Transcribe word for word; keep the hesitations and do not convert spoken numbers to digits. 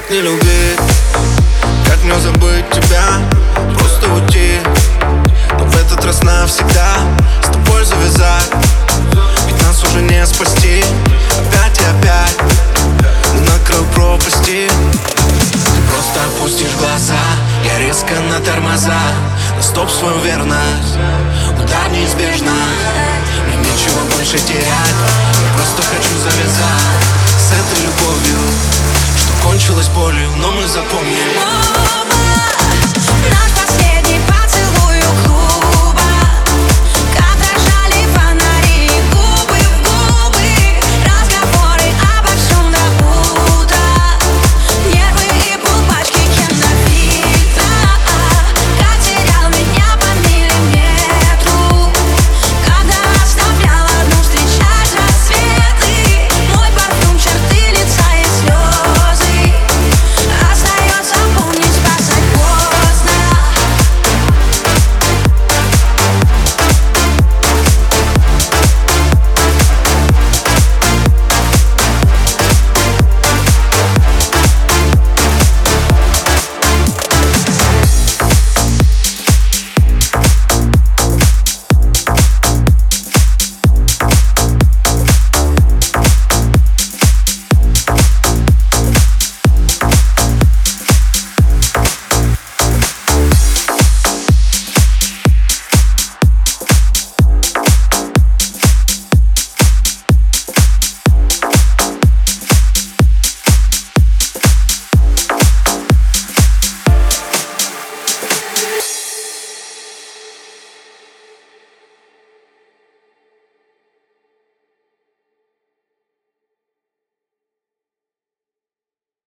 Как не любить, как мне забыть тебя, просто уйти, но в этот раз навсегда с тобой завязать. Ведь нас уже не спасти, опять и опять на краю пропасти. Ты просто опустишь глаза, я резко на тормоза, на стоп свою верность, удар неизбежно. Мне нечего больше терять, я просто хочу завязать с этой любовью, что кончилась болью, но мы запомним.